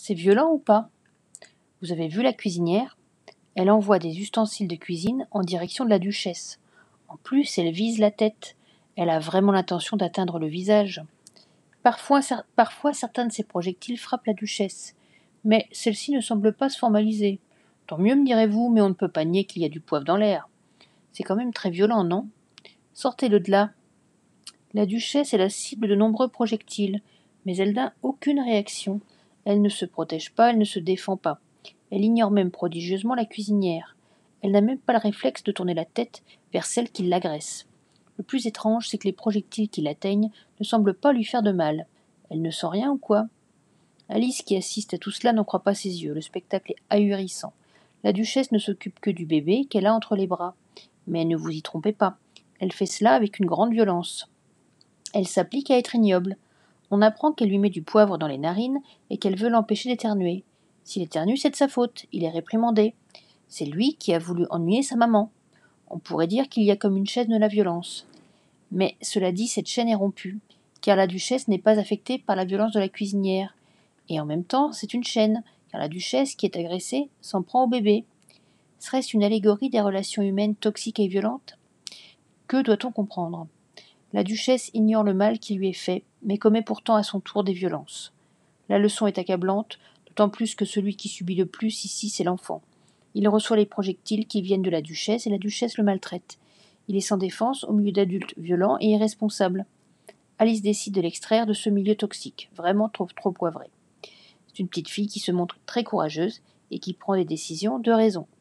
C'est violent ou pas? Vous avez vu la cuisinière? Elle envoie des ustensiles de cuisine en direction de la duchesse. En plus, elle vise la tête. Elle a vraiment l'intention d'atteindre le visage. Parfois, certains de ces projectiles frappent la duchesse, mais celle-ci ne semble pas se formaliser. Tant mieux, me direz-vous, mais on ne peut pas nier qu'il y a du poivre dans l'air. C'est quand même très violent, non? Sortez-le de là. La duchesse est la cible de nombreux projectiles, mais elle n'a aucune réaction. Elle ne se protège pas, elle ne se défend pas. Elle ignore même prodigieusement la cuisinière. Elle n'a même pas le réflexe de tourner la tête vers celle qui l'agresse. Le plus étrange, c'est que les projectiles qui l'atteignent ne semblent pas lui faire de mal. Elle ne sent rien ou quoi? Alice, qui assiste à tout cela, n'en croit pas ses yeux. Le spectacle est ahurissant. La duchesse ne s'occupe que du bébé qu'elle a entre les bras. Mais ne vous y trompez pas. Elle fait cela avec une grande violence. Elle s'applique à être ignoble. On apprend qu'elle lui met du poivre dans les narines et qu'elle veut l'empêcher d'éternuer. S'il éternue, c'est de sa faute. Il est réprimandé. C'est lui qui a voulu ennuyer sa maman. On pourrait dire qu'il y a comme une chaîne de la violence. Mais cela dit, cette chaîne est rompue, car la duchesse n'est pas affectée par la violence de la cuisinière. Et en même temps, c'est une chaîne, car la duchesse, qui est agressée, s'en prend au bébé. Serait-ce une allégorie des relations humaines toxiques et violentes? Que doit-on comprendre? La duchesse ignore le mal qui lui est fait, mais commet pourtant à son tour des violences. La leçon est accablante, d'autant plus que celui qui subit le plus ici, c'est l'enfant. Il reçoit les projectiles qui viennent de la duchesse et la duchesse le maltraite. Il est sans défense au milieu d'adultes violents et irresponsables. Alice décide de l'extraire de ce milieu toxique, vraiment trop poivré. C'est une petite fille qui se montre très courageuse et qui prend des décisions de raison.